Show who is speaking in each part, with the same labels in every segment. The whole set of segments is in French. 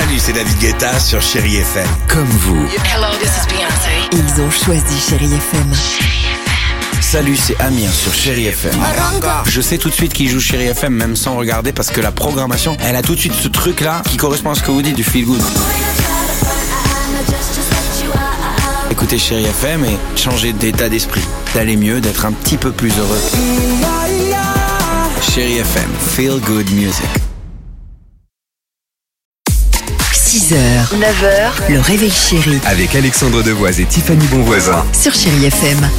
Speaker 1: Salut, c'est David Guetta sur Chérie FM. Comme vous.
Speaker 2: Hello, this is Beyoncé.
Speaker 3: Ils ont choisi Chérie FM.
Speaker 1: Salut, c'est Amir sur Chérie FM. Je sais tout de suite qui joue Chérie FM, même sans regarder, parce que la programmation, elle a tout de suite ce truc-là qui correspond à ce que vous dites du feel good. Écoutez Chérie FM et changez d'état d'esprit, d'aller mieux, d'être un petit peu plus heureux. Chérie FM, feel good music.
Speaker 3: 6h, 9h, le réveil chéri
Speaker 4: Avec Alexandre Devoise et Tiffany Bonvoisin.
Speaker 3: sur Chérie FM.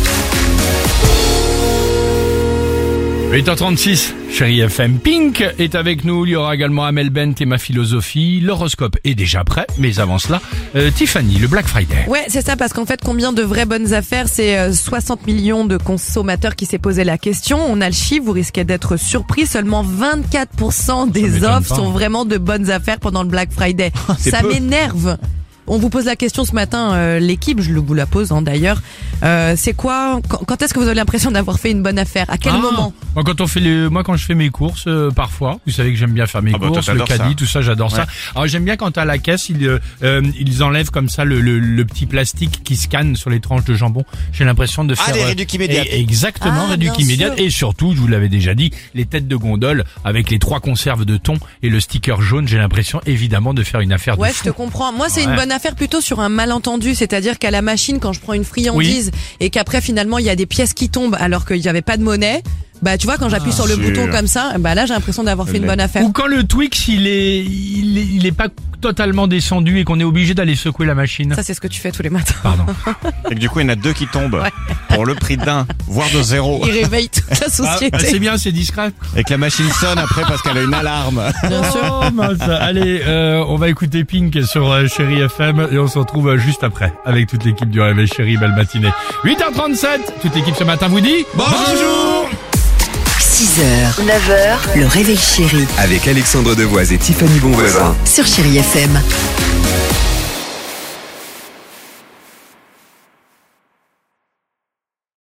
Speaker 5: 8h36, Chérie FM. Pink est avec nous. Il y aura également Amel Bent et ma philosophie. L'horoscope est déjà prêt, mais avant cela, Tiffany, le Black Friday.
Speaker 6: Ouais, c'est ça, parce qu'en fait, combien de vraies bonnes affaires? C'est 60 millions de consommateurs qui s'est posé la question. On a le chiffre, vous risquez d'être surpris. Seulement 24% des
Speaker 5: m'étonne
Speaker 6: offres
Speaker 5: pas.
Speaker 6: sont vraiment de bonnes affaires pendant le Black Friday.
Speaker 5: C'est
Speaker 6: Ça
Speaker 5: peu.
Speaker 6: m'énerve. On vous pose la question ce matin, l'équipe, je vous la pose d'ailleurs. C'est quoi, quand est-ce que vous avez l'impression d'avoir fait une bonne affaire? À quel moment?
Speaker 5: Moi, quand je fais mes courses, parfois, vous savez que j'aime bien faire mes
Speaker 7: toi,
Speaker 5: courses, le
Speaker 7: t'adores
Speaker 5: caddie,
Speaker 7: ça.
Speaker 5: tout ça, j'adore ça. Alors j'aime bien quand à la caisse, ils enlèvent comme ça le petit plastique qui scanne sur les tranches de jambon. J'ai l'impression de faire
Speaker 7: des réducs immédiats.
Speaker 5: Exactement,
Speaker 6: Ah,
Speaker 5: réducs
Speaker 6: bien
Speaker 5: immédiats.
Speaker 6: sûr.
Speaker 5: Et surtout, je vous l'avais déjà dit, les têtes de gondole avec les 3 conserves de thon et le sticker jaune. J'ai l'impression évidemment de faire une affaire de
Speaker 6: Ouais,
Speaker 5: fou.
Speaker 6: je te comprends. Moi, c'est
Speaker 5: Ouais.
Speaker 6: une bonne affaire plutôt sur un malentendu, c'est-à-dire qu'à la machine, quand je prends une friandise et qu'après finalement il y a des pièces qui tombent alors qu'il n'y avait pas de monnaie, bah tu vois, quand j'appuie sur le
Speaker 7: sûr.
Speaker 6: bouton comme ça, bah là j'ai l'impression d'avoir fait une bonne affaire.
Speaker 5: Ou quand le Twix il est pas totalement descendu et qu'on est obligé d'aller secouer la machine.
Speaker 6: Ça, c'est ce que tu fais tous les matins.
Speaker 5: Pardon.
Speaker 7: Et que du coup, il y en a 2 qui tombent pour le prix d'un, voire de 0.
Speaker 6: Il réveille toute la société.
Speaker 5: C'est bien, c'est discret.
Speaker 7: Et que la machine sonne après parce qu'elle a une alarme.
Speaker 6: Bien sûr.
Speaker 5: Oh, mince. Allez, on va écouter Pink sur Chérie FM et on se retrouve juste après avec toute l'équipe du Réveil Chérie. Belle matinée. 8h37, toute l'équipe ce matin vous dit bonjour.
Speaker 3: 6h, 9h, le réveil chéri
Speaker 4: Avec Alexandre Devoise et Tiffany Bonvoisin.
Speaker 3: sur Chérie FM.